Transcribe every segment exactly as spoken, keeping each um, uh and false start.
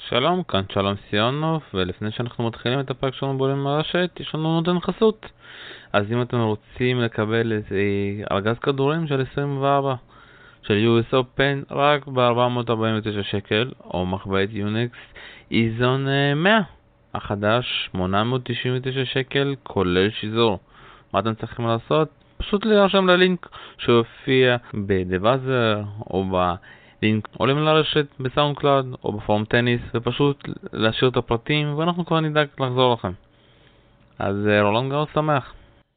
שלום, כאן שלום סיונוב, ולפני שאנחנו מתחילים את הפרק שלנו בולים מרשת, יש לנו נותן חסות. אז אם אתם רוצים לקבל איזה ארגז כדורים של עשרים וארבע של יו אס Open רק ב-ארבע מאות ארבעים ותשע שקל, או מחברת יוניקס איזון מאה החדש שמונה מאות תשעים ותשע שקל כולל שיזור. מה אתם צריכים לעשות? פשוט להירשם ללינק שהופיע בדבאזר או ב... לינק עולים לרשת בסאונד קלאוד או בפורום טניס, ופשוט להשאיר את הפרטים ואנחנו כבר נדאג לחזור לכם. אז רולנד גאוס שמח.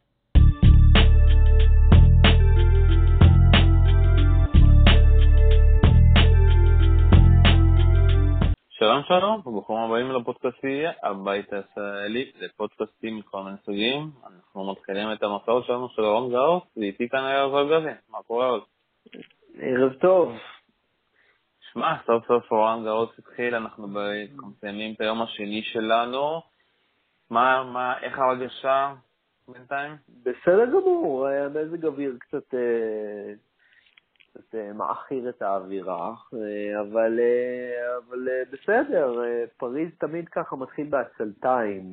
שלום שלום, וברוכים הבאים לפודקאסטי הבית הישראלי, זה פודקאסטים מכל מיני סוגים. אנחנו מתחילים את המסעות שלנו של רולנד גאוס, ואיתי כאן היה רזל גבי. מה קורה עוד? ערב טוב. שמע, סוף סוף רולנד גאוס התחיל, אנחנו מסיימים את היום השני שלנו. מה, מה, איך הרגשה בינתיים? בסדר גמור, מזג אוויר קצת, קצת מאחיר את האווירה, אבל, אבל בסדר, פריז תמיד ככה מתחיל בעצלתיים,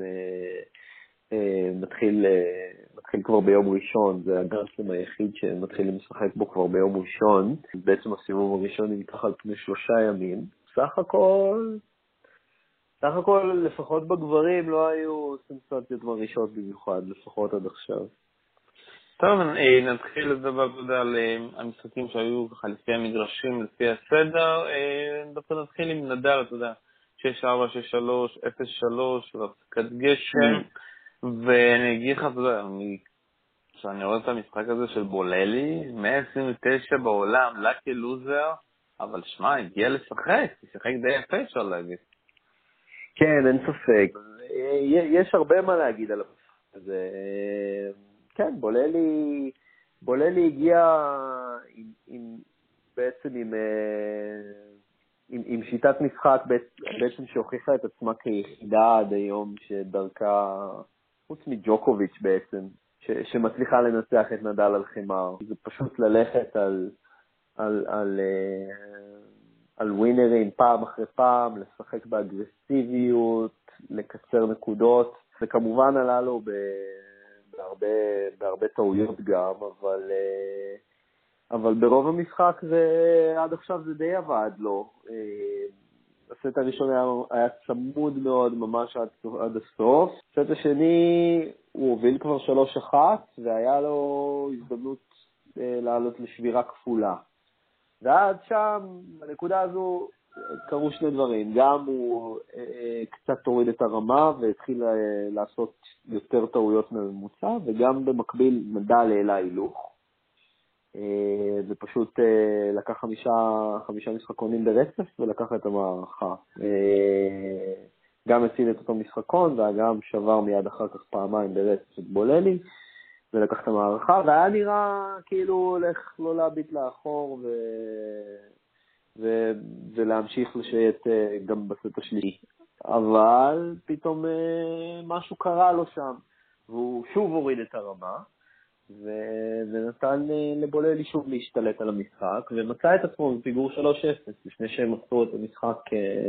מתחיל, מתחיל כבר ביום ראשון, זה הגרנדסלאם היחיד שמתחיל לשחק בו כבר ביום ראשון, בעצם הסיבוב הראשון נמתח על פני שלושה ימים, סך הכל... סך הכל, לפחות בגברים, לא היו סנסציות מרעישות במיוחד, לפחות עד עכשיו. טוב, נתחיל לדבר, אתה יודע, על המשחקים שהיו ככה לפי המגרשים, לפי הסדר. דווקא נתחיל עם נדל, אתה יודע, שש ארבע, שש שלוש, אפס שלוש, והפסקת גשם, ואני אגיד לך, אתה יודע, כשאני רואה את המשחק הזה של בוללי, מאה עשרים ותשע בעולם, לקי לוזר, אבל שמע, הגיע לשחק, לשחק די יפה, אפשר להגיד. כן, אין ספק. יש הרבה מה להגיד על זה. כן, בוללי, בוללי הגיע עם, עם, בעצם עם, עם, עם שיטת משחק בעצם שהוכיחה את עצמה כיחידה עד היום שדרכה, חוץ מג'וקוביץ' בעצם, ש, שמצליחה לנצח את נדל על חימר. זה פשוט ללכת על, על, על, על ווינרים פעם אחרי פעם, לשחק באגרסיביות, לקצר נקודות, וכמובן עלה לו בהרבה, בהרבה טעויות גם, אבל, אבל ברוב המשחק זה, עד עכשיו זה די עבד לו. הסט הראשון היה, היה צמוד מאוד ממש עד, עד הסוף. הסט השני הוא הוביל כבר שלוש אחת, והיה לו הזדמנות לעלות לשבירה כפולה. ועד שם, בנקודה הזו, קרו שני דברים. גם הוא אה, קצת תוריד את הרמה והתחיל אה, לעשות יותר טעויות מממוצע, וגם במקביל נדל העלה הילוך. אה, ופשוט אה, לקח חמישה, חמישה משחקונים ברצף ולקח את המערכה. אה, גם הציל את אותו משחקון, וגם שבר מיד אחר כך פעמיים ברצף את בוללי. ולקח את המערכה, והיה נראה כאילו הולך לא להביט לאחור ו... ו... ולהמשיך לשייט גם בסט השלישי. אבל פתאום משהו קרה לו שם, והוא שוב הוריד את הרמה, ו... ונתן לבוללי שוב להשתלט על המשחק, ומצא את עצמו בפיגור שלוש אפס, לפני שהם עשו את המשחק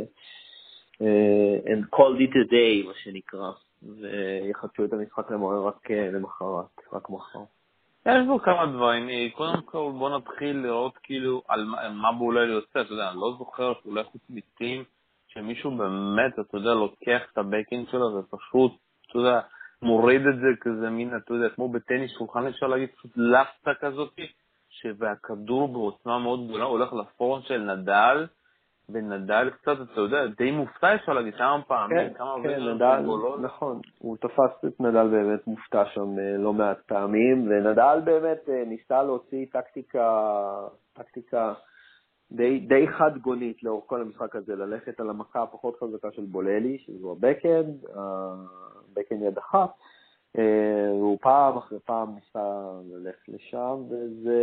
and called it a day, מה שנקרא. ויחדשו את המשחק למוער רק למחרת, רק מחר. יש בו כמה דברים. קודם כל בוא נתחיל לראות כאילו על מה בוללי עושה. אתה יודע, אני לא זוכר שאולי חוץ מיסים שמישהו באמת, אתה יודע, לוקח את הבקינג שלו ופשוט, אתה יודע, מוריד את זה כזה מין, אתה יודע, כמו בטניס שולחן, אפשר להגיד פשוט לפטה כזאת, והכדור בעוצמה מאוד גדולה הולך לפורן של נדל, ונדל קצת, אתה יודע, די מופתע אפשר להגיד כמה פעמים, כמה כן, נדל, נכון, הוא תפס את נדל באמת מופתע שם לא מעט פעמים, ונדל באמת ניסה להוציא טקטיקה, טקטיקה די, די חד גונית לאור כל המשחק הזה, ללכת על המכה הפחות חזקה של בוללי, שזו הבקנד, הבקנד יד אחת, והוא פעם אחרי פעם ניסה ללכת לשם, וזה...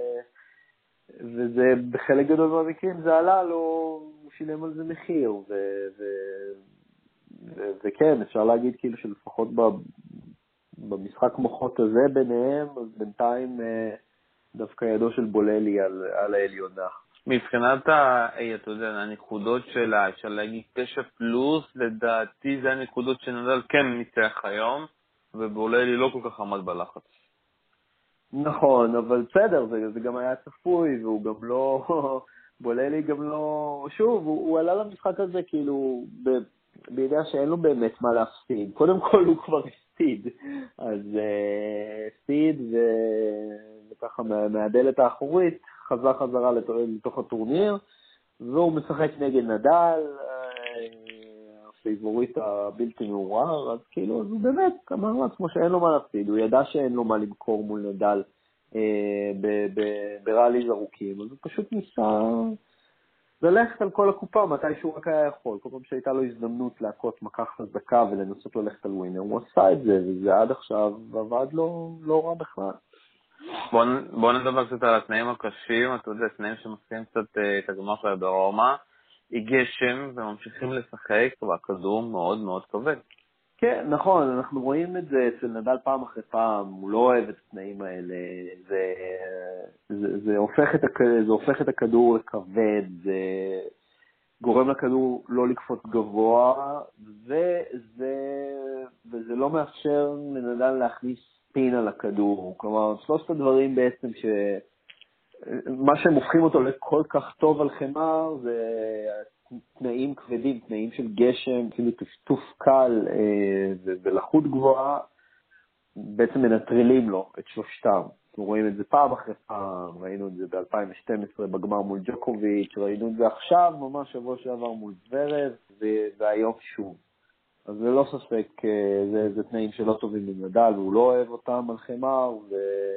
וזה בחלק גדול מהמקרים זה עלה לו, הוא שילם על זה מחיר, ו, ו, ו, וכן, אפשר להגיד כאילו שלפחות ב, במשחק מוחות הזה ביניהם, אז בינתיים דווקא ידו של בוללי על, על העליונה. מבחינת ה... אתה יודע, הנקודות שלה, אפשר להגיד תשע פלוס, לדעתי זה הנקודות שנדל כן ניצח היום, ובוללי לא כל כך עמד בלחץ. נכון, אבל בסדר, זה, זה גם היה צפוי, והוא גם לא... בוללי גם לא... שוב, הוא, הוא עלה למשחק הזה כאילו ב... בידיעה שאין לו באמת מה להפסיד. קודם כל הוא כבר הפסיד, אז הפסיד uh, ו... וככה מהדלת האחורית חזר חזרה לתוך הטורניר, והוא משחק נגד נדל, הפייבוריט הבלתי מעורר, אז כאילו, אז הוא באמת אמר לעצמו שאין לו מה להפסיד, הוא ידע שאין לו מה למכור מול נדל אה, בראליז ארוכים, אז הוא פשוט ניסה ללכת על כל הקופה מתי שהוא רק היה יכול, כל פעם שהייתה לו הזדמנות להכות מכה חזקה ולנסות ללכת על ווינר, הוא עשה את זה, וזה עד עכשיו עבד לו לא רע בכלל. בוא, בוא נדבר קצת על התנאים הקשים, אתה יודע, תנאים שמסכים קצת את הגמר של ברומא, גשם וממשיכים לשחק, והכדור מאוד מאוד כבד. כן, נכון, אנחנו רואים את זה אצל נדל פעם אחרי פעם, הוא לא אוהב את התנאים האלה, זה, זה, זה, הופך את הכדור, זה הופך את הכדור לכבד, זה גורם לכדור לא לקפוץ גבוה, וזה, וזה לא מאפשר לנדל להכניס ספין על הכדור, כלומר, שלושת הדברים בעצם ש... מה שהם הופכים אותו לכל כך טוב על חמר, זה תנאים כבדים, תנאים של גשם, כאילו טפטוף קל אה, ולחות גבוהה, בעצם מנטרלים לו את שלושתם. אנחנו רואים את זה פעם אחרי פעם, ראינו את זה ב-אלפיים ושתים עשרה בגמר מול ג'וקוביץ', ראינו את זה עכשיו, ממש שבוע שעבר מול זוורב, והיום שוב. אז זה לא ספק, זה, זה תנאים שלא טובים לנדל, והוא לא אוהב אותם על חמר, ו...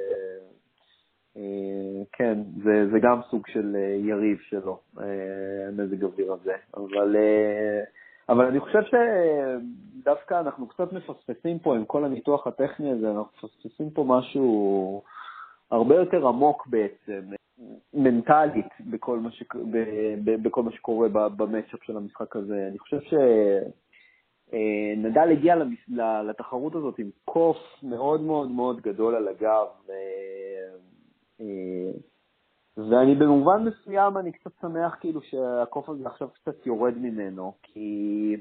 כן, זה, זה גם סוג של יריב שלו, מזג אוויר הזה. אבל, אבל אני חושב שדווקא אנחנו קצת מפספסים פה עם כל הניתוח הטכני הזה, אנחנו מפספסים פה משהו הרבה יותר עמוק בעצם, מנטלית בכל מה, ש... בכל מה שקורה במצ'אפ של המשחק הזה. אני חושב שנדל הגיע לתחרות הזאת עם קוף מאוד מאוד מאוד גדול על הגב, ואני במובן מסוים אני קצת שמח כאילו שהקוף הזה עכשיו קצת יורד ממנו, כי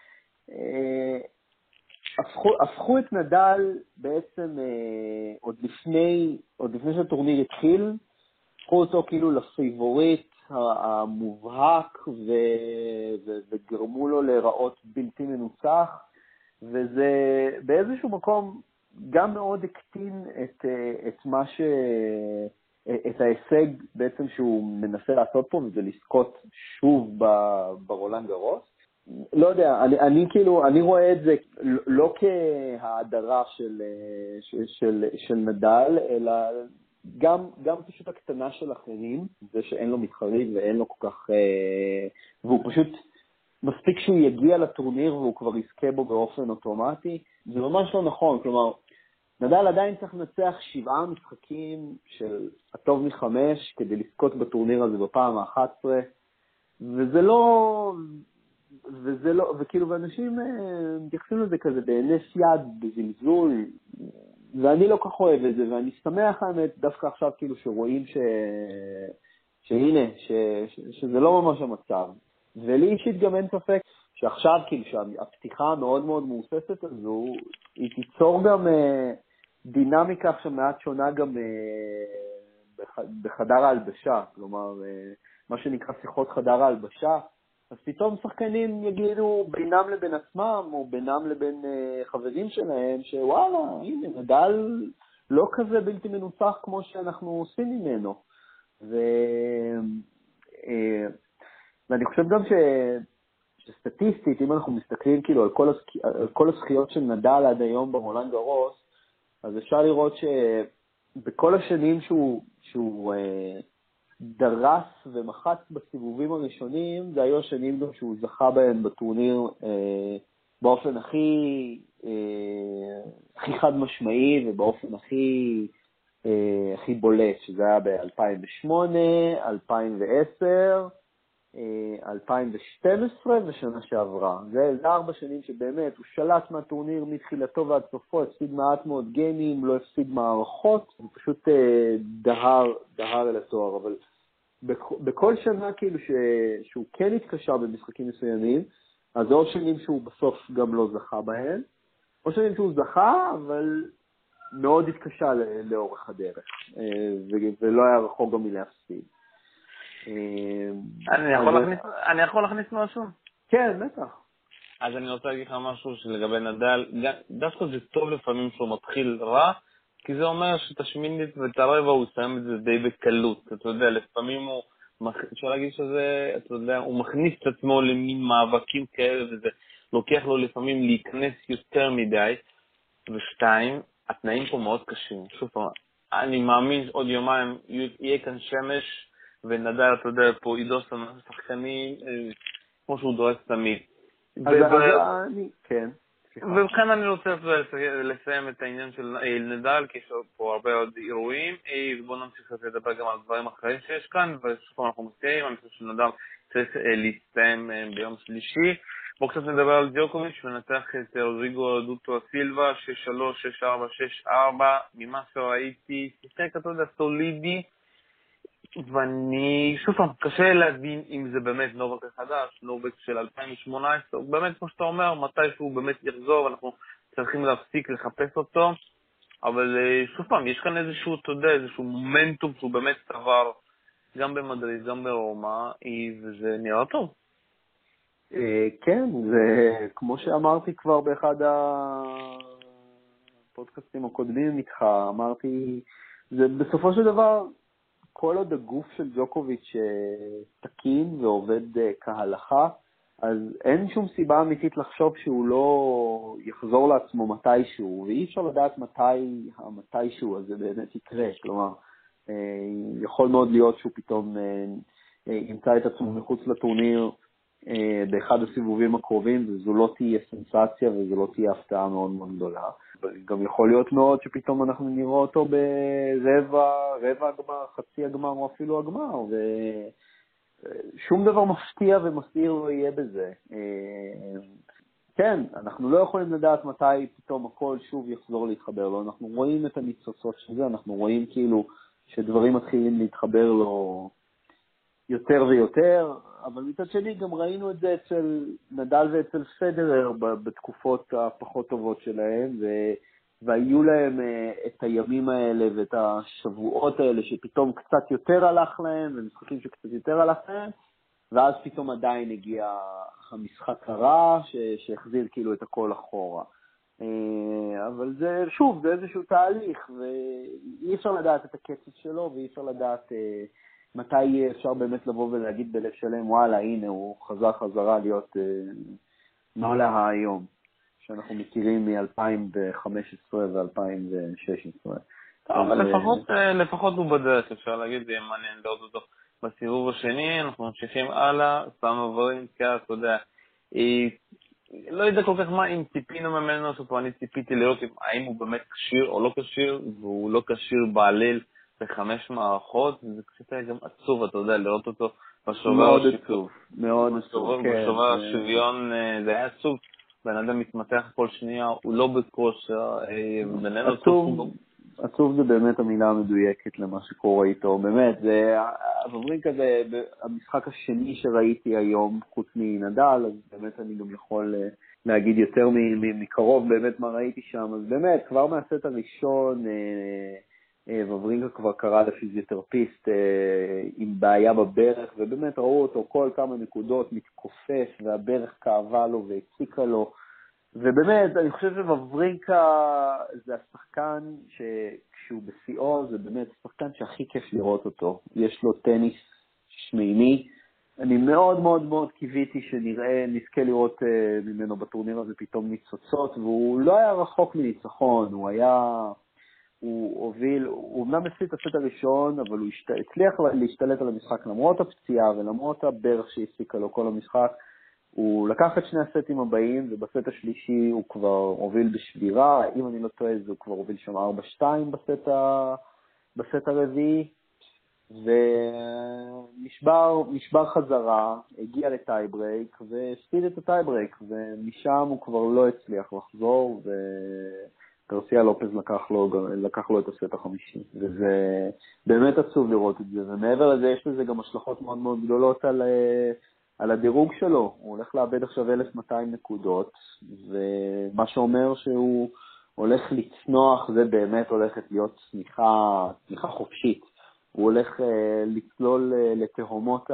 הפכו, הפכו את נדל בעצם עוד לפני, עוד לפני שהטורניר התחיל, הפכו אותו כאילו לפייבוריט המובהק ו, ו, וגרמו לו להיראות בלתי מנוצח, וזה באיזשהו מקום גם מאוד הקטין את, את מה ש... את ההישג בעצם שהוא מנסה לעשות פה, וזה לזכות שוב ברולנד גארוס. לא יודע, אני, אני כאילו, אני רואה את זה לא כהאדרה של, של, של, של נדל, אלא גם, גם פשוט הקטנה של אחרים, זה שאין לו מתחרים ואין לו כל כך, והוא פשוט, מספיק שהוא יגיע לטורניר והוא כבר יזכה בו באופן אוטומטי, זה ממש לא נכון, כלומר, נדל עדיין צריך לנצח שבעה משחקים של הטוב מחמש כדי לזכות בטורניר הזה בפעם ה-אחת עשרה, וזה לא, וזה לא, וכאילו, ואנשים מתייחסים לזה כזה בהינף יד, בזלזול, ואני לא כך אוהב את זה, ואני שמח האמת דווקא עכשיו כאילו שרואים ש... שהנה, ש... ש... שזה לא ממש המצב. ולי אישית גם אין ספק שעכשיו כאילו שהפתיחה המאוד מאוד מאוססת הזו, היא תיצור גם אה, דינמיקה עכשיו מעט שונה גם אה, בח... בחדר ההלבשה, כלומר, אה, מה שנקרא שיחות חדר ההלבשה, אז פתאום שחקנים יגידו בינם לבין עצמם, או בינם לבין אה, חברים שלהם, שוואלה, הנה, נדל לא כזה בלתי מנוצח כמו שאנחנו עושים ממנו. ו... אה, ואני חושב גם ש... שסטטיסטית, אם אנחנו מסתכלים כאילו על כל, הסק... על כל הזכיות של נדל עד היום ברולנד גארוס, אז אפשר לראות שבכל השנים שהוא, שהוא אה, דרס ומחץ בסיבובים הראשונים, זה היו השנים גם שהוא זכה בהם בטורניר אה, באופן הכי, אה, הכי חד משמעי ובאופן הכי, אה, הכי בולט, שזה היה ב-אלפיים ושמונה, אלפיים ועשר, אלפיים ושתים עשרה ושנה שעברה. זה, זה ארבע שנים שבאמת הוא שלט מהטורניר מתחילתו ועד סופו, הפסיד מעט מאוד גיימים, לא הפסיד מערכות, הוא פשוט אה, דהר, דהר אל התואר. אבל בכל שנה כאילו ש, שהוא כן התקשה במשחקים מסוימים, אז או שנים שהוא בסוף גם לא זכה בהן, או שנים שהוא זכה, אבל מאוד התקשה לאורך הדרך, ולא היה רחוק גם מלהפסיד. אני יכול להכניס משהו? כן, בטח. אז אני רוצה להגיד לך משהו שלגבי נדל, דווקא זה טוב לפעמים שהוא מתחיל רע, כי זה אומר שאת השמינית ואת הרבע הוא יסיים את זה די בקלות. אתה יודע, לפעמים הוא, אפשר להגיד שזה, אתה יודע, הוא מכניס את עצמו למין מאבקים כאלה, וזה לוקח לו לפעמים להיכנס יותר מדי. ושתיים, התנאים פה מאוד קשים. שוב פעם, אני מאמין עוד יומיים יהיה כאן שמש, ונדל, אתה יודע, פה עידוס שחקנים, כמו שהוא דורס תמיד. כן. ובכן אני רוצה לסיים את העניין של נדל, כי יש פה הרבה עוד אירועים, ובואו נמשיך לדבר גם על דברים אחרים שיש כאן, ושוב אנחנו מסתיים, אני חושב שנדל צריך להסתיים ביום שלישי. בואו קצת נדבר על דיוקוביץ' ונתח את רודריגו דוטו סילבה, שש שלוש, שש ארבע, שש ארבע, ממה שראיתי, שיחק, אתה יודע, סולידי, ואני, שוב פעם, קשה להבין אם זה באמת נובק החדש, נובק של אלפיים שמונה עשרה, באמת, כמו שאתה אומר, מתי שהוא באמת יחזור, אנחנו צריכים להפסיק לחפש אותו, אבל שוב פעם, יש כאן איזשהו, אתה יודע, איזשהו מומנטום שהוא באמת צבר, גם במדריד, גם ברומא, וזה נראה טוב. כן, זה כמו שאמרתי כבר באחד הפודקאסטים הקודמים איתך, אמרתי, זה בסופו של דבר, כל עוד הגוף של ג'וקוביץ' תקין ועובד כהלכה, אז אין שום סיבה אמיתית לחשוב שהוא לא יחזור לעצמו מתישהו, ואי אפשר לדעת מתי המתישהו הזה באמת יקרה. כלומר, יכול מאוד להיות שהוא פתאום ימצא את עצמו מחוץ לטורניר באחד הסיבובים הקרובים, וזו לא תהיה סנסציה וזו לא תהיה הפתעה מאוד מאוד גדולה. גם יכול להיות מאוד שפתאום אנחנו נראה אותו ברבע, רבע הגמר, חצי הגמר או אפילו הגמר, ושום דבר מפתיע ומסעיר לא יהיה בזה. כן, אנחנו לא יכולים לדעת מתי פתאום הכל שוב יחזור להתחבר לו. אנחנו רואים את הניצוצות של זה, אנחנו רואים כאילו שדברים מתחילים להתחבר לו יותר ויותר, אבל מצד שני גם ראינו את זה אצל נדל ואצל פדרר בתקופות הפחות טובות שלהם, ו... והיו להם את הימים האלה ואת השבועות האלה שפתאום קצת יותר הלך להם, ומשחקים שקצת יותר הלך להם, ואז פתאום עדיין הגיע המשחק הרע ש... שהחזיר כאילו את הכל אחורה. אבל זה, שוב, זה איזשהו תהליך, ואי אפשר לדעת את הקצב שלו, ואי אפשר לדעת מתי אפשר באמת לבוא ולהגיד בלב שלם, וואלה, הנה, הוא חזר חזרה להיות מעלה היום, שאנחנו מכירים מ-אלפיים וחמש עשרה ו-אלפיים ושש עשרה. אבל לפחות, לפחות הוא בדרך, אפשר להגיד, זה מעניין לראות אותו בסיבוב השני, אנחנו ממשיכים הלאה, סתם עוברים, כי אתה יודע, לא יודע כל כך מה אם ציפינו ממנו, שפה אני ציפיתי לראות האם הוא באמת קשיר או לא קשיר, והוא לא קשיר בעליל בחמש מערכות, וזה קצת היה גם עצוב, אתה יודע, לראות אותו בשובר מאוד עצוב, מאוד עצוב, כן. בשובר השוויון, זה היה עצוב, בן אדם מתמתח כל שנייה, הוא לא בכושר, עצוב, עצוב זה באמת המילה המדויקת למה שקורה איתו, באמת, זה, עוברים כזה, המשחק השני שראיתי היום, חוץ מנדל, אז באמת אני גם יכול להגיד יותר מקרוב באמת מה ראיתי שם, אז באמת, כבר מהסט הראשון, וברינקה כבר קרא לפיזיותרפיסט עם בעיה בברך, ובאמת ראו אותו כל כמה נקודות מתכופף, והברך כאבה לו והציקה לו, ובאמת אני חושב שבברינקה זה השחקן שכשהוא בשיאו, זה באמת השחקן שהכי כיף לראות אותו, יש לו טניס שמימי, אני מאוד מאוד מאוד קיוויתי שנראה, נזכה לראות ממנו בטורניר הזה פתאום ניצוצות, והוא לא היה רחוק מניצחון, הוא היה... הוא הוביל, הוא אמנם הפסיד את הסט הראשון, אבל הוא השת... הצליח להשתלט על המשחק למרות הפציעה ולמרות הברך שהפסיקה לו כל המשחק. הוא לקח את שני הסטים הבאים, ובסט השלישי הוא כבר הוביל בשבירה, אם אני לא טועה, הוא כבר הוביל שם ארבע שתיים בסט, ה... בסט הרביעי, ונשבר נשבר חזרה, הגיע לטייברייק, והפסיד את הטייברייק, ומשם הוא כבר לא הצליח לחזור, ו... גרסיה לופז לקח לו, לקח לו את הסט החמישי, וזה באמת עצוב לראות את זה, ומעבר לזה יש לזה גם השלכות מאוד מאוד גדולות על, על הדירוג שלו, הוא הולך לאבד עכשיו אלף מאתיים נקודות, ומה שאומר שהוא הולך לצנוח, זה באמת הולכת להיות צניחה, צניחה חופשית, הוא הולך לצלול לתהומות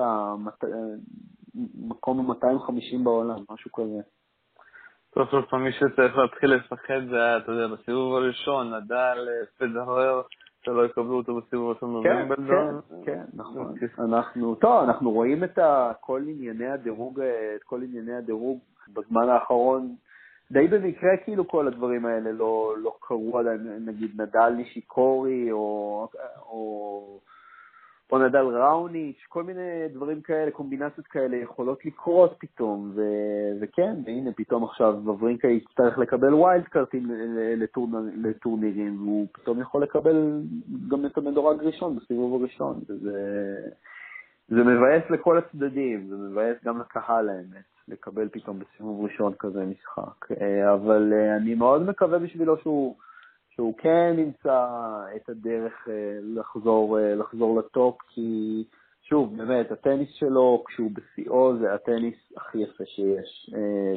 המקום ה-מאתיים וחמישים בעולם, משהו כזה. סוף סוף מי שצריך להתחיל לפחד זה, אתה יודע, בסיבוב הראשון, נדל, פדרר, שלא יקבלו אותו בסיבוב הראשון בווימבלדון. כן, כן, נכון. אנחנו, טוב, אנחנו רואים את כל ענייני הדירוג, את כל ענייני הדירוג בזמן האחרון, די במקרה כאילו כל הדברים האלה לא, לא קרו עדיין, נגיד נדל נישיקורי, או, או, או נדל ראוניץ', כל מיני דברים כאלה, קומבינציות כאלה יכולות לקרות פתאום, ו, וכן, והנה פתאום עכשיו וברינקה יצטרך לקבל ווילד קארטים לטורניר, לטורנירים, והוא פתאום יכול לקבל גם את המדורג ראשון בסיבוב הראשון, וזה זה מבאס לכל הצדדים, זה מבאס גם לקהל האמת, לקבל פתאום בסיבוב ראשון כזה משחק, אבל אני מאוד מקווה בשבילו שהוא שהוא כן נמצא את הדרך לחזור, לחזור לטופ, כי שוב, באמת, הטניס שלו, כשהוא בשיאו, זה הטניס הכי יפה שיש,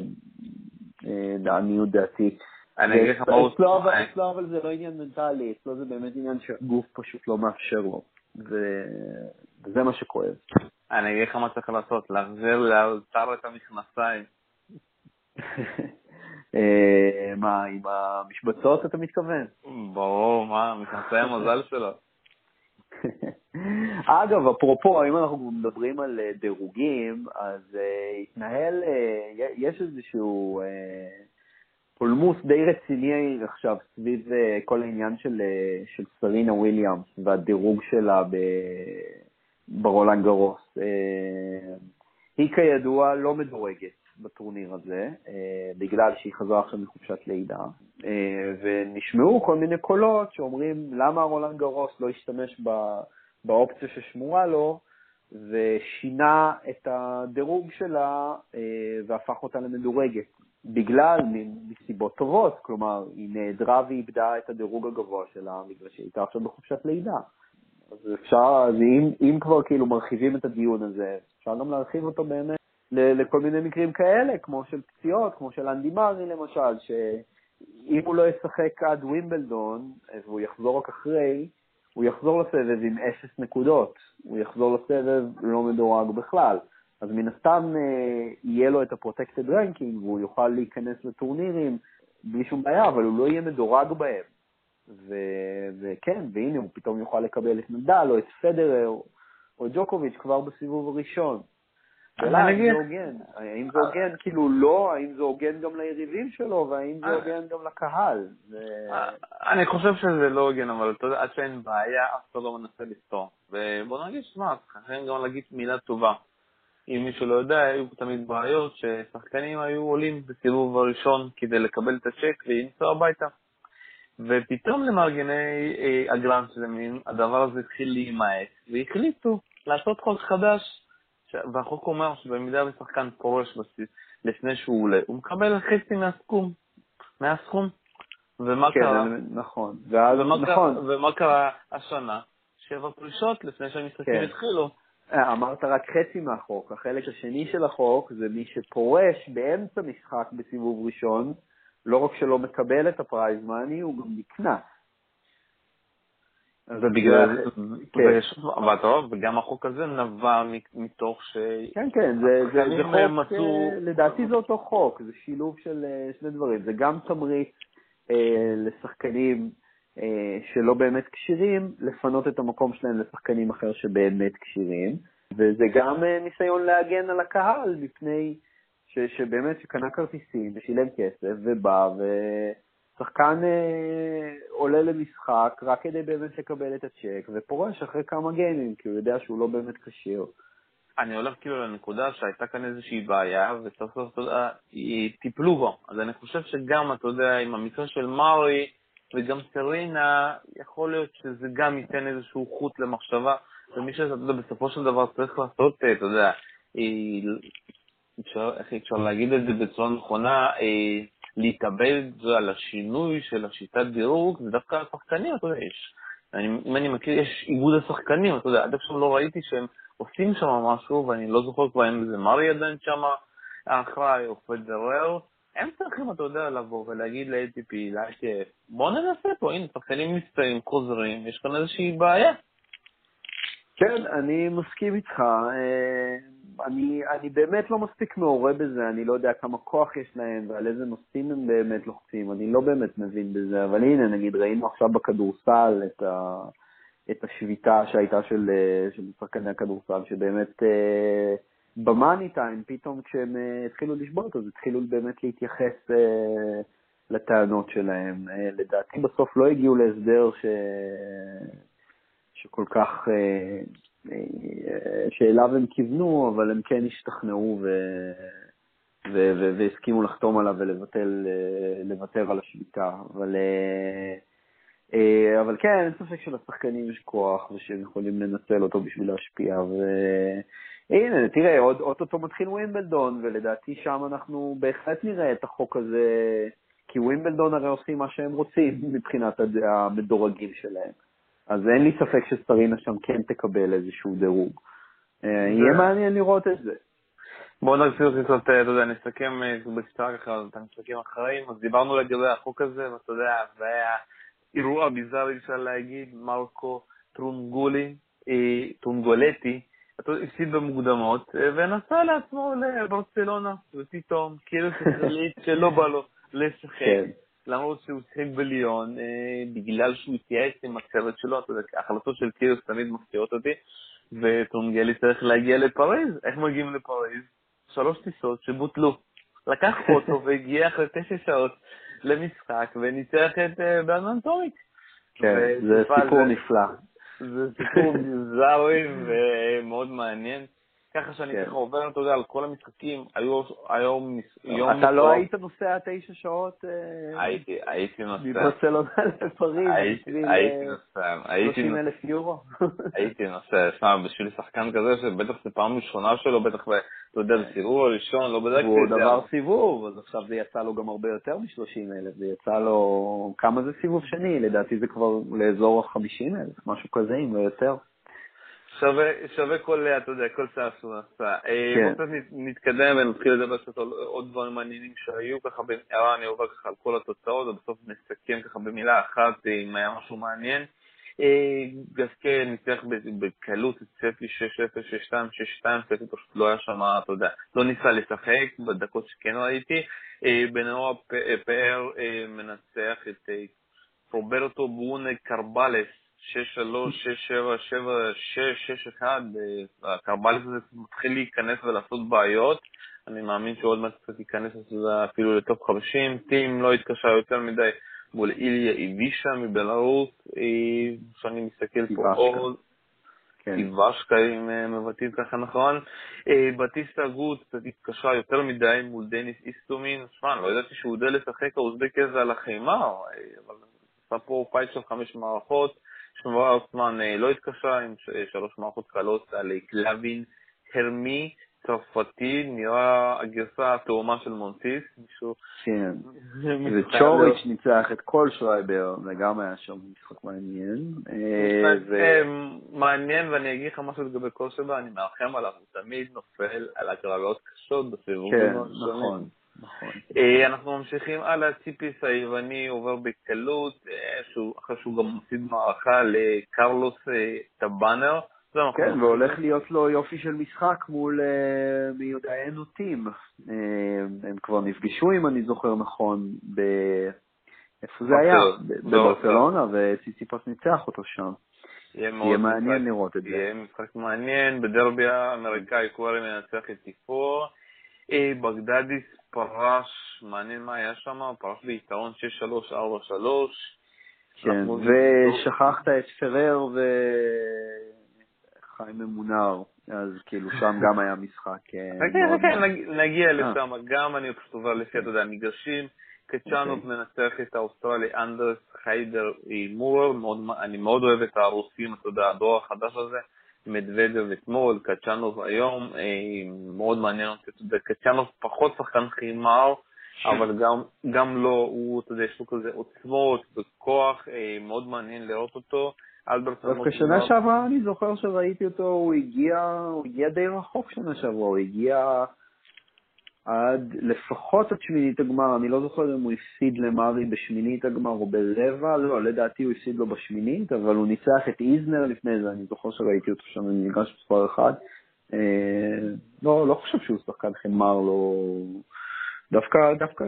לעניות דעתי. אני אגיד לך מה הוא... אצלו, אבל זה לא עניין מנטלי, אצלו זה באמת עניין שהגוף פשוט לא מאפשר לו, וזה מה שכואב. אני אגיד לך מה צריך לעשות, להחזיר לאלתר את המכנסיים. מה, עם המשבצות אתה מתכוון? ברור, מה, מכנסי המזל שלו. אגב, אפרופו, אם אנחנו מדברים על דירוגים, אז התנהל, יש איזשהו פולמוס די רציני עכשיו סביב כל העניין של, של סרינה וויליאמס והדירוג שלה ברולאן גרוס. היא כידוע לא מדורגת בטורניר הזה, בגלל שהיא חזרה עכשיו מחופשת לידה, ונשמעו כל מיני קולות שאומרים למה רולאן גרוס לא השתמש באופציה ששמורה לו, ושינה את הדירוג שלה והפך אותה למדורגת, בגלל מסיבות טובות, כלומר היא נעדרה ואיבדה את הדירוג הגבוה שלה, בגלל שהיא הייתה עכשיו בחופשת לידה. אז אפשר, אז אם, אם כבר כאילו מרחיבים את הדיון הזה, אפשר גם להרחיב אותו באמת לכל מיני מקרים כאלה, כמו של פציעות, כמו של אנדי מרי למשל, שאם הוא לא ישחק עד ווימבלדון, והוא יחזור רק אחרי, הוא יחזור לסבב עם אפס נקודות, הוא יחזור לסבב לא מדורג בכלל. אז מן הסתם יהיה לו את הפרוטקטד רנקינג, והוא יוכל להיכנס לטורנירים בלי שום בעיה, אבל הוא לא יהיה מדורג בהם. ו- וכן, והנה הוא פתאום יוכל לקבל את נדל, או את פדרר, או ג'וקוביץ' כבר בסיבוב הראשון. האם זה הוגן? האם זה הוגן? כאילו לא, האם זה הוגן גם ליריבים שלו, והאם זה הוגן גם לקהל? אני חושב שזה לא הוגן, אבל אתה יודע, עד שאין בעיה, אף אחד לא מנסה לסתור. ובוא נגיד, שמע, צריכים גם להגיד מילה טובה. אם מישהו לא יודע, היו תמיד בעיות ששחקנים היו עולים בסיבוב הראשון כדי לקבל את הצ'ק ולנסוע הביתה. ופתאום למארגני הגרנד שלמים, הדבר הזה התחיל להימעט, והחליטו לעשות חוק חדש, והחוק אומר שבמידה ושחקן פורש בסיס לפני שהוא עולה, הוא מקבל חצי מהסכום, מהסכום. ומה כן, קרה? נכון. ומה, נכון. קרה, ומה קרה השנה? שבע פרישות לפני שהמשחקים כן. התחילו. אמרת רק חצי מהחוק. החלק השני של החוק זה מי שפורש באמצע משחק בסיבוב ראשון, לא רק שלא מקבל את הפרייז מאני, הוא גם נקנס. ובגלל, וגם החוק הזה נבע מתוך ש... כן, כן, זה חוק, לדעתי זה אותו חוק, זה שילוב של שני דברים, זה גם תמריץ לשחקנים שלא באמת קשירים, לפנות את המקום שלהם לשחקנים אחר שבאמת קשירים, וזה גם ניסיון להגן על הקהל מפני שבאמת שקנה כרטיסים ושילם כסף ובא ו... שחקן אה, עולה למשחק רק כדי באמת לקבל את הצ'ק, ופורש אחרי כמה גיימים, כי הוא יודע שהוא לא באמת קשיר. אני הולך כאילו לנקודה שהייתה כאן איזושהי בעיה, וסוף סוף, אתה יודע, טיפלו בו. אז אני חושב שגם, אתה יודע, עם המקרה של מארי וגם סרינה, יכול להיות שזה גם ייתן איזשהו חוט למחשבה, ומי שאתה יודע, בסופו של דבר צריך לעשות, אתה יודע, אפשר, איך אפשר להגיד את זה בצורה נכונה, להתאבד על השינוי של השיטת דירוג, זה דווקא השחקנים, אתה יודע, יש, אני, אם אני מכיר, יש איגוד השחקנים, אתה יודע, עד עכשיו לא ראיתי שהם עושים שם משהו, ואני לא זוכר כבר אם זה מרי עדיין שם, האחראי או פדרר, הם צריכים, אתה יודע, לבוא ולהגיד ל-איי טי פי, ל-איי טי אף, בוא ננסה פה, הנה, שחקנים מסתיים, חוזרים, יש כאן איזושהי בעיה. כן, אני מסכים איתך. אני, אני באמת לא מספיק מעורה בזה, אני לא יודע כמה כוח יש להם ועל איזה נושאים הם באמת לוחצים, אני לא באמת מבין בזה, אבל הנה, נגיד, ראינו עכשיו בכדורסל את, ה, את השביתה שהייתה של, של שחקני הכדורסל, שבאמת במאני טיים, פתאום כשהם התחילו לשבות, אז התחילו באמת להתייחס לטענות שלהם. לדעתי בסוף לא הגיעו להסדר ש... שכל כך, שאליו הם כיוונו, אבל הם כן השתכנעו ו... ו... ו... והסכימו לחתום עליו ולבטל, לוותר על השביתה. אבל, אבל כן, אין ספק שלשחקנים יש כוח ושהם יכולים לנצל אותו בשביל להשפיע. והנה, תראה, עוד אוטוטו מתחיל ווימבלדון, ולדעתי שם אנחנו בהחלט נראה את החוק הזה, כי ווימבלדון הרי עושים מה שהם רוצים מבחינת המדורגים שלהם. אז אין לי ספק שסרינה שם כן תקבל איזשהו דירוג. יהיה מעניין לראות את זה. בואו נרצה קצת, אתה יודע, נסכם בקצרה ככה, את המשחקים אחראים. אז דיברנו לגבי החוק הזה, ואתה יודע, והיה אירוע ביזארי, אפשר להגיד, מרקו טרונגולי, טרונגולטי, הפסיד במוקדמות, ונסע לעצמו לברצלונה, ופתאום, כאילו שחליט שלא בא לו לשחק. למרות שהוא שיחק בליון, אה, בגלל שהוא התייעץ עם הצוות שלו, אתה יודע, ההחלטות של קירוס תמיד מפתיעות אותי, וטרונגלי צריך להגיע לפריז. איך מגיעים לפריז? שלוש טיסות שבוטלו. לקח אוטו והגיע אחרי תשע שעות למשחק, וניצח את אה, ברנן טוריק. כן, זה סיפור זה, נפלא. זה סיפור ביזארי ומאוד מעניין. ככה שאני ככה עובר, אתה יודע, על כל המשחקים, היו היום יום... אתה לא היית נוסע תשע שעות? הייתי, הייתי נוסע. מברצלונה לפריז, בשביל שלושים אלף יורו? הייתי נוסע, שמע, בשביל שחקן כזה, שבטח זה פעם ראשונה שלו, בטח, אתה יודע, בסיבוב הראשון, לא בדקתי את זה. הוא דבר סיבוב, אז עכשיו זה יצא לו גם הרבה יותר מ-שלושים אלף, זה יצא לו... כמה זה סיבוב שני? לדעתי זה כבר לאזור ה-חמישים אלף, משהו כזה, אם לא יותר. שווה, שווה כל, אתה יודע, כל צער שהוא עשה. בואו קצת נתקדם ונתחיל לדבר קצת על עוד דברים מעניינים שהיו ככה, במהרה אני עובר ככה על כל התוצאות, ובסוף נסכם ככה במילה אחת אם היה משהו מעניין. גסקה ניצח בקלות את ספי שש אפס, שש שתיים, שש שתיים, ספי פשוט לא היה שם, אתה יודע, לא ניסה לשחק בדקות שכן ראיתי. בנאור פאר מנצח את רוברטו ברונה קרבלס, שש שלוש, שש שבע, שבע, שש, שש אחד, הקרבלס הזה מתחיל להיכנס ולעשות בעיות, אני מאמין שעוד מעט קצת ייכנס אפילו לטופ חמישים, טים לא התקשה יותר מדי מול איליה איבישה מבלרוס, שאני מסתכל פה עוד, איבשקה אם מבטאים ככה נכון, בטיסטה גוט קצת התקשה יותר מדי מול דניס איסטומין, שמע, לא ידעתי שהוא יודע לשחק האוזבק הזה על החימה, אבל עשה פה פייט של חמש מערכות, שמורה אוסמן לא התקשה עם שלוש מערכות קלות על קלווין הרמי צרפתי, נראה הגרסה התאומה של מונטיס. כן, וצ'וריץ' ניצח את כל שרייבר, זה גם היה שם משחק מעניין. מעניין, ואני אגיד לך משהו לגבי כל שבא, אני מאחם עליו, הוא תמיד נופל על הגרלות קשות בסיבוב. כן, נכון. נכון. אנחנו ממשיכים על הציפיס היווני עובר בקלות, אחרי שהוא גם מפסיד מערכה לקרלוס טבאנר. כן, והולך להיות לו יופי של משחק מול מיודעי נוטים. הם כבר נפגשו, אם אני זוכר נכון, איפה זה היה? בברצלונה, וציציפס ניצח אותו שם. יהיה מעניין לראות את זה. יהיה משחק מעניין, בדרבי האמריקאי קווארי מנצח את טיפור. בגדדיס פרש, מעניין מה היה שם, פרש ביתרון שש שלוש, ארבע שלוש. כן, ושכחת את פרר וחיים ממונר, אז כאילו שם גם היה משחק. נגיע לשם, גם אני כתובה לפי, אתה יודע, מגרשים, קצ'אנוב מנצח את האוסטרלי אנדרס חיידר מורר, אני מאוד אוהב את הרוסים, אתה יודע, הדור החדש הזה. מדוודב אתמול, קצ'אנוב היום, מאוד מעניין אותי, קצ'אנוב פחות שחקן חימר, אבל גם, גם לא, הוא, אתה יודע, יש לו כזה עוצמות וכוח, אה, מאוד מעניין לראות אותו. דווקא שנה שעברה אני זוכר שראיתי אותו, הוא הגיע, הוא הגיע די רחוק שנה שעברה, הוא הגיע עד לפחות עד שמינית הגמר, אני לא זוכר אם הוא הפסיד למרי בשמינית הגמר או ברבע, לא, לדעתי הוא הפסיד לו בשמינית, אבל הוא ניצח את איזנר לפני זה, אני זוכר שראיתי אותו שם במגרש מספר אחד. אה, לא, לא חושב שהוא שחקן חמר, לא, דווקא, דווקא,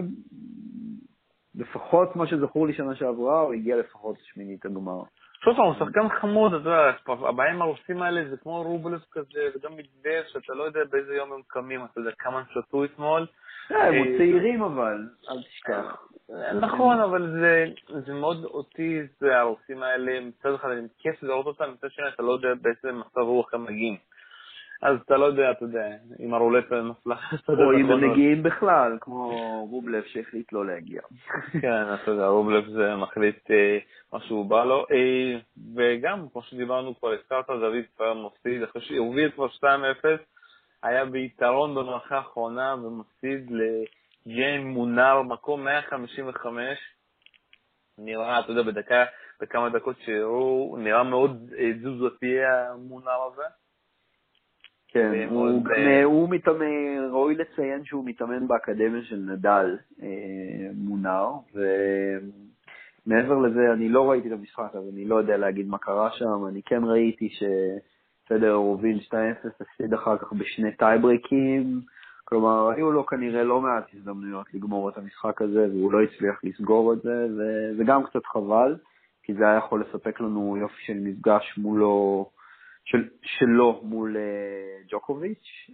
לפחות מה שזכור לי שנה שעברה, הוא הגיע לפחות לשמינית הגמר. שוב, הוא שחקן חמוד, אתה יודע, הבאים הרוסים האלה זה כמו רובלב כזה, וגם מדבר שאתה לא יודע באיזה יום הם קמים, אתה יודע כמה הם שתו אתמול. הם צעירים אבל, אל תשכח. נכון, אבל זה מאוד אותי, זה הרוסים האלה, מצד אחד הם כיף לראות אותם, מצד שני אתה לא יודע באיזה מצב רוח הם מגיעים. אז אתה לא יודע, אתה יודע, עם הרולטה נפלח. או אם הם מגיעים בכלל, כמו רובלב שהחליט לא להגיע. כן, אתה יודע, רובלב זה מחליט מה שהוא בא לו. וגם, כמו שדיברנו כבר, הזכרת, דוד פאר מפסיד, אחרי שהוביל כבר שתיים אפס, היה ביתרון במערכה האחרונה, ומפסיד לג'יין מונר, מקום מאה חמישים וחמש. נראה, אתה יודע, בדקה, בכמה דקות שהראו, נראה מאוד תזוזתי המונר הזה. כן, הוא גם, הוא מתאמן, ראוי לציין שהוא מתאמן באקדמיה של נדל, מונר, ומעבר לזה אני לא ראיתי את המשחק, אז אני לא יודע להגיד מה קרה שם, אני כן ראיתי שפדר הוביל שתיים אפס, הפסיד אחר כך בשני טייברקים, כלומר, היו לו כנראה לא מעט הזדמנויות לגמור את המשחק הזה, והוא לא הצליח לסגור את זה, וזה גם קצת חבל, כי זה היה יכול לספק לנו יופי של מפגש מולו, של, שלו מול uh, ג'וקוביץ'.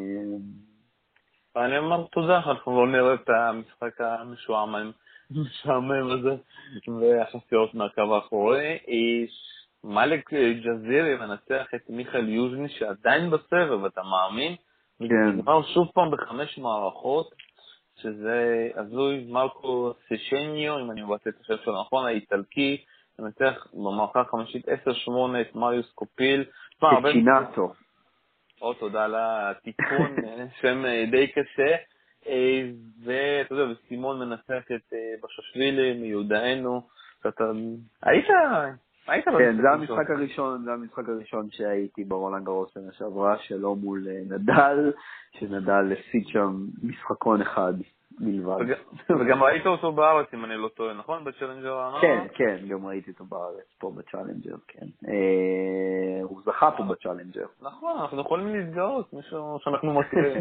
אני אומר תודה, אנחנו לא נראה את המשחק המשועמם הזה, והחסירות מהקו האחורי. מלק ג'זירי מנצח את מיכאל יוז'ני שעדיין בסבב, אתה מאמין? כן. נגמר שוב פעם בחמש מערכות, שזה הזוי. מרקו סשניו, אם אני מבטא את השם שלו נכון, האיטלקי, מנצח במערכה החמישית עשר שמונה את מריוס קופיל. צ'ינאטו. או, תודה על התיקון, שם די קשה. ואתה יודע, וסימון מנצח את בששווילי מיודענו. היית... כן, זה המשחק הראשון, זה המשחק הראשון שהייתי ברולנד גארוס שנה שעברה, שלא מול נדל, שנדל הפסיד שם משחקון אחד מלבד. וגם ראית אותו בארץ, אם אני לא טועה, נכון? בצ'לנג'ר? כן, כן, גם ראיתי אותו בארץ, פה בצ'לנג'ר, כן. הוא זכה פה בצ'לנג'ר. נכון, אנחנו יכולים להתגאות, מישהו שאנחנו מכירים.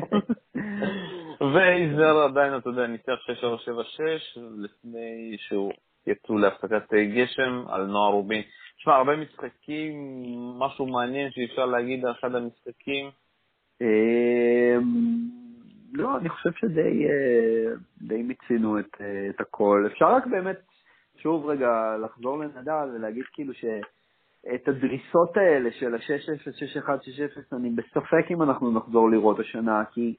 ואיזר עדיין, אתה יודע, ניצח שש שבע שבע שש, לפני שהוא יצאו להפסקת גשם על נועה רובין. תשמע, הרבה משחקים, משהו מעניין שאפשר להגיד על אחד המשחקים? לא, אני חושב שדי די מיצינו את, את הכל. אפשר רק באמת, שוב רגע, לחזור לנדל ולהגיד כאילו שאת הדריסות האלה של ה-שש אפס, שש אחת, שש אפס, אני בספק אם אנחנו נחזור לראות השנה, כי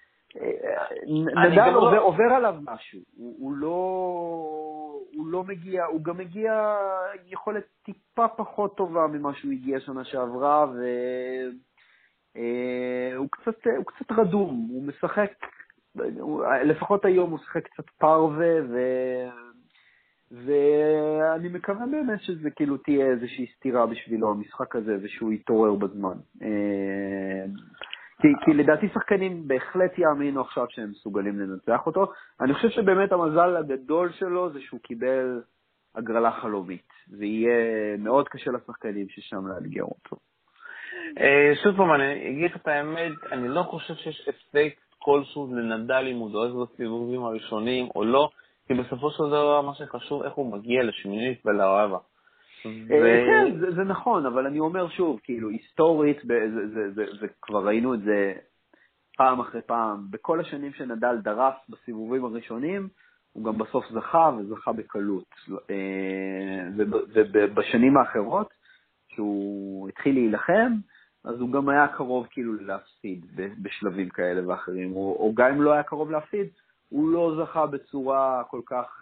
נדל עובר, עובר עליו משהו. הוא, הוא לא... הוא לא מגיע, הוא גם מגיע יכולת טיפה פחות טובה ממה שהוא הגיע שנה שעברה, והוא קצת, הוא קצת רדום, הוא משחק, לפחות היום הוא משחק קצת פרווה, ו... ואני מקווה באמת שזה כאילו תהיה איזושהי סתירה בשבילו המשחק הזה, ושהוא יתעורר בזמן. כי, כי לדעתי שחקנים בהחלט יאמינו עכשיו שהם מסוגלים לנצח אותו. אני חושב שבאמת המזל הגדול שלו זה שהוא קיבל הגרלה חלומית. זה יהיה מאוד קשה לשחקנים ששם לאתגר אותו. שוב פעם, אני אגיד את האמת, אני לא חושב שיש אפקט כלשהו לנדל אם הוא דואג בסיבובים הראשונים או לא, כי בסופו של דבר מה שחשוב איך הוא מגיע לשמינית ולרבע. כן, זה נכון, אבל אני אומר שוב, כאילו, היסטורית, כבר ראינו את זה פעם אחרי פעם, בכל השנים שנדל דרס בסיבובים הראשונים, הוא גם בסוף זכה, וזכה בקלות. ובשנים האחרות, שהוא התחיל להילחם, אז הוא גם היה קרוב כאילו להפסיד בשלבים כאלה ואחרים, או גם אם לא היה קרוב להפסיד, הוא לא זכה בצורה כל כך...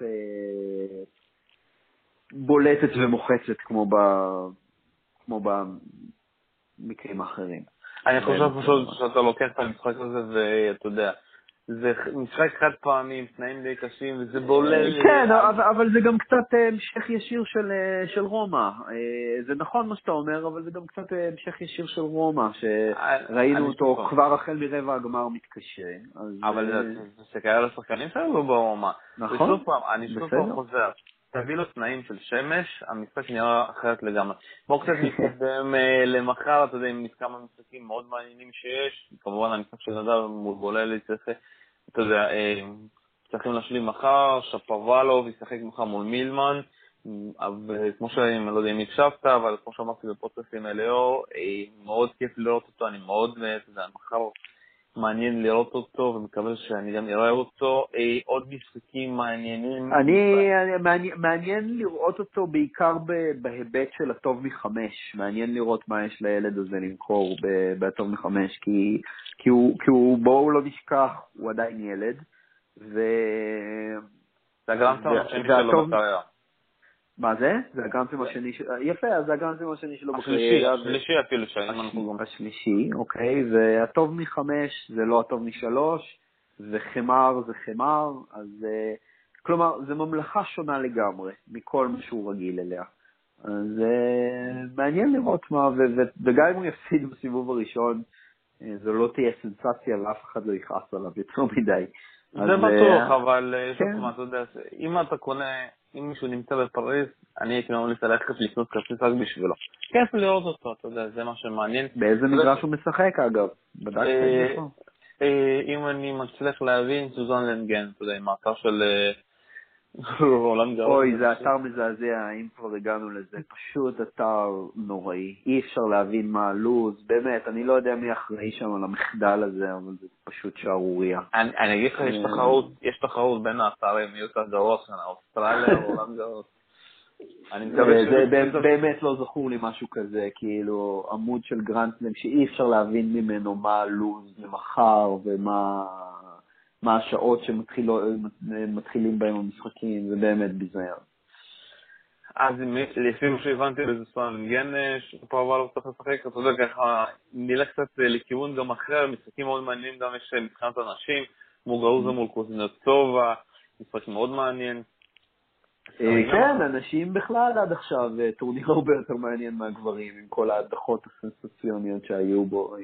בולטת ומוחצת כמו ב כמו במקרים האחרים. אני חושב פשוט שאתה לוקח את המשחק הזה ואתה יודע, זה משחק חד פעמים, תנאים די קשים, וזה בולל. כן, אבל זה גם קצת המשך ישיר של רומא. זה נכון מה שאתה אומר, אבל זה גם קצת המשך ישיר של רומא, שראינו אותו כבר החל מרבע הגמר מתקשה. אבל זה קרה לשחקנים שלו ברומא. נכון. אני שוב פעם חוזר. תביא לו תנאים של שמש, המשחק נראה אחרת לגמרי. בואו קצת נתקדם למחר, אתה יודע, עם כמה משחקים מאוד מעניינים שיש, כמובן המשחק של נדל מול בוללי צריך, אתה יודע, צריכים להשלים מחר, שפוואלוב ישחק מחר מול מילמן, וכמו שאני לא יודע אם הקשבת, אבל כמו שאמרתי בפודקאסטים אליאור, מאוד כיף לראות אותו, אני מאוד, אתה יודע, מחר מעניין לראות אותו, ומקווה שאני גם אראה אותו. אה, עוד משחקים מעניינים. אני, מעניין, מעניין לראות אותו בעיקר בהיבט של הטוב מחמש. מעניין לראות מה יש לילד הזה למכור בטוב מחמש, כי, כי הוא, כי הוא, בואו לא נשכח, הוא עדיין ילד. ו... זה הגרנטים השני שלו בקריירה. מה זה? זה הגרנטים השני שלו. יפה, אז זה הגרנטים השני שלו בקריירה. השלישי אפילו שהיינו. השלישי, אוקיי. והטוב מחמש זה לא הטוב משלוש, וחמר זה חמר, אז כלומר, זה ממלכה שונה לגמרי מכל מה שהוא רגיל אליה. אז מעניין לראות מה, וגם אם הוא יפסיד בסיבוב הראשון, זו לא תהיה סנסציה ואף אחד לא יכעס עליו יותר מדי. זה בטוח, אבל אתה יודע, אם אתה קונה, אם מישהו נמצא בפריז, אני הייתי ממליץ ללכת לקנות כרטיס רק בשבילו. כיף לראות אותו, אתה יודע, זה מה שמעניין. באיזה מגרש הוא משחק אגב? בדקת את זה? אם אני מצליח להבין, סוזן לנגן, אתה יודע, עם האתר של רולנד גארס. אוי, זה אתר מזעזע, אם כבר הגענו לזה, פשוט אתר נוראי. אי אפשר להבין מה הלוז, באמת, אני לא יודע מי אחראי שם על המחדל הזה, אבל זה פשוט שערוריה. אני אגיד לך, יש תחרות, יש תחרות בין האתרים, מי יותר גרוע, אוסטרליה, רולנד גארס. זה באמת לא זכור לי משהו כזה, כאילו עמוד של גרנדסלאם שאי אפשר להבין ממנו מה הלוז למחר ומה מה השעות שמתחילים בהם המשחקים, זה באמת ביזיון. אז לפי מה שהבנתי לזה ספן לנגן שפוואלוב צריך לשחק, אתה יודע ככה, נלך קצת לכיוון גם אחר, משחקים מאוד מעניינים, גם יש מבחינת אנשים, מוגרוזה מול קוזנצובה, משחק מאוד מעניין. כן, אנשים בכלל עד עכשיו, טורניר הרבה יותר מעניין מהגברים, עם כל ההדחות הסנסציוניות שהיו בו,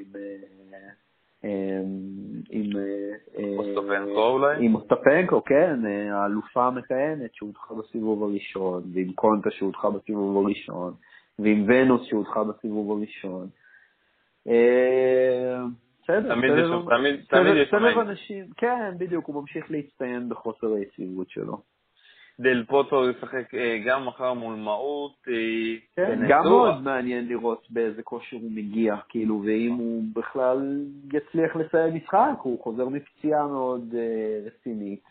עם אוסטפנקו אולי? עם אוסטפנקו, כן, האלופה המכהנת שהודחה בסיבוב הראשון, ועם קונטה שהודחה בסיבוב הראשון, ועם ונוס שהודחה בסיבוב הראשון. בסדר, תמיד יש אנשים, כן, בדיוק, הוא ממשיך להצטיין בחוסר היציבות שלו. דל פוטרו ישחק גם מחר מול מהות. גם מאוד מעניין לראות באיזה כושר הוא מגיע, כאילו, ואם הוא בכלל יצליח לסיים משחק, הוא חוזר מפציעה מאוד רצינית,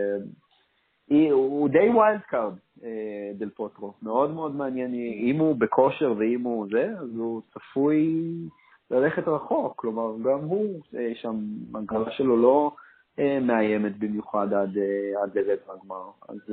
והוא די ווילד קארד, דל פוטרו, מאוד מאוד מעניין, אם הוא בכושר ואם הוא זה, אז הוא צפוי ללכת רחוק, כלומר, גם הוא שם, הגרלה שלו לא מאיימת במיוחד עד, עד לרבע הגמר. אז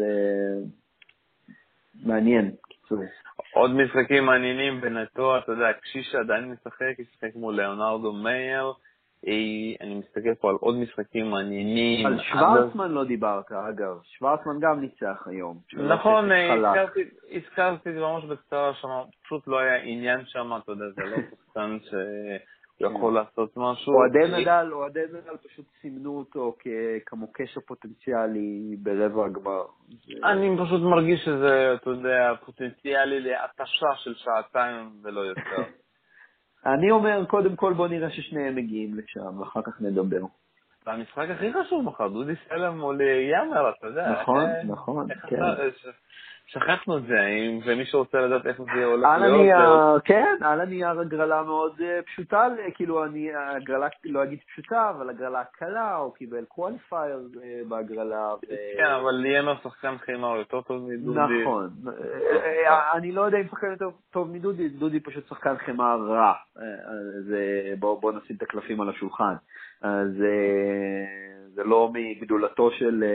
מעניין, קיצור. עוד משחקים מעניינים בנתו, אתה יודע, קשיש עדיין משחק, ישחק מול ליאונרדו מאייר. אני מסתכל פה על עוד משחקים מעניינים. על שוורצמן לא דיברת, אגב. שוורצמן גם ניצח היום. נכון, הזכרתי ממש בקצרה שם, פשוט לא היה עניין שם, אתה יודע, זה לא שחקן ש... יכול לעשות משהו. אוהדי נדל, אוהדי נדל פשוט סימנו אותו כמוקש הפוטנציאלי ברבע הגמר. אני פשוט מרגיש שזה, אתה יודע, פוטנציאלי להתשה של שעתיים ולא יותר. אני אומר, קודם כל בוא נראה ששניהם מגיעים לשם, ואחר כך נדבר. זה המשחק הכי חשוב מחר, דודי סלם מול יאמר, אתה יודע. נכון, נכון, כן. שכחנו את זה, ומי שרוצה לדעת איפה זה הולך להיות. כן, על הנייר הגרלה מאוד פשוטה, כאילו הגרלה, לא אגיד פשוטה, אבל הגרלה קלה, הוא קיבל קואליפייר בהגרלה. כן, אבל ליאמר שחקן חמר יותר טוב מדודי. נכון, אני לא יודע אם שחקן יותר טוב מדודי, דודי פשוט שחקן חמר רע, בואו נשים את הקלפים על השולחן. אז זה לא מגדולתו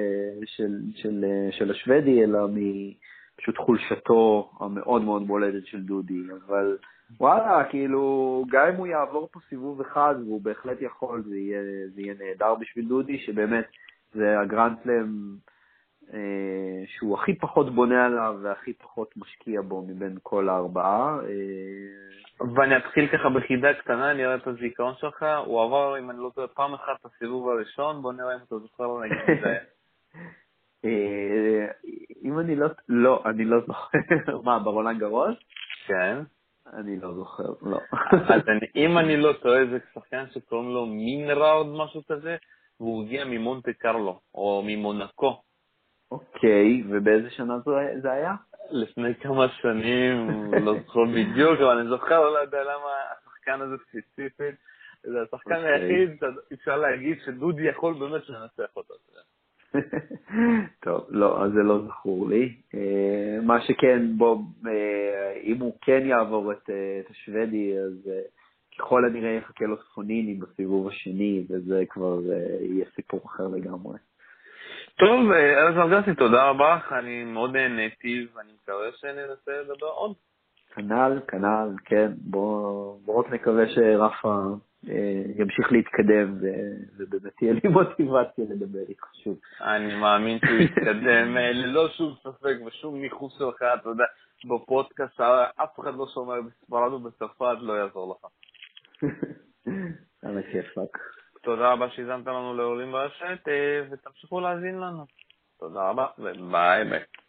של השוודי, אלא מ... פשוט חולשתו המאוד מאוד בולדת של דודי, אבל וואלה, כאילו, גם אם הוא יעבור פה סיבוב אחד, והוא בהחלט יכול, זה יהיה, זה יהיה נהדר בשביל דודי, שבאמת זה הגרנדסלאם אה, שהוא הכי פחות בונה עליו, והכי פחות משקיע בו מבין כל הארבעה. אה... ואני אתחיל ככה בחידה קטנה, אני אראה את הזיכרון שלך, הוא עבר, אם אני לא טועה, פעם אחת את הסיבוב הראשון, בוא נראה אם אתה זוכר להגיד את זה. אם אני לא, לא, אני לא זוכר. מה, ברולנד גרוס? כן. אני לא זוכר, לא. אז אני, אם אני לא טועה, זה שחקן שקוראים לו מינראוד, משהו כזה, והוא הגיע ממונטה קרלו, או ממונקו. אוקיי, ובאיזה שנה זה היה? לפני כמה שנים, לא זוכר בדיוק, אבל אני זוכר, לא יודע למה השחקן הזה ספציפית, זה השחקן היחיד, אפשר להגיד שדודי יכול באמת לנצח אותו. טוב, לא, אז זה לא זכור לי. מה שכן, בוא, אם הוא כן יעבור את השוודי, אז ככל הנראה יחכה לו ספוניני בסיבוב השני, וזה כבר יהיה סיפור אחר לגמרי. טוב, ארז ארגסי, תודה רבה, אני מאוד נהניתי, ואני מקווה שננסה לדבר עוד. כנ"ל, כנ"ל, כן, בוא, בוא רק נקווה שרפה אה, ימשיך להתקדם, ובאמת תהיה לי מוטיבציה לדבר איתך שוב. אני מאמין שהוא יתקדם, ללא שום ספק ושום ניחוס שלך, אתה יודע, בפודקאסט, אף אחד לא שומע בספרד ובצרפת, לא יעזור לך. על הכיפק. תודה רבה שהזנת לנו לעולים ברשת, ותמשיכו להאזין לנו. תודה רבה, וביי ביי.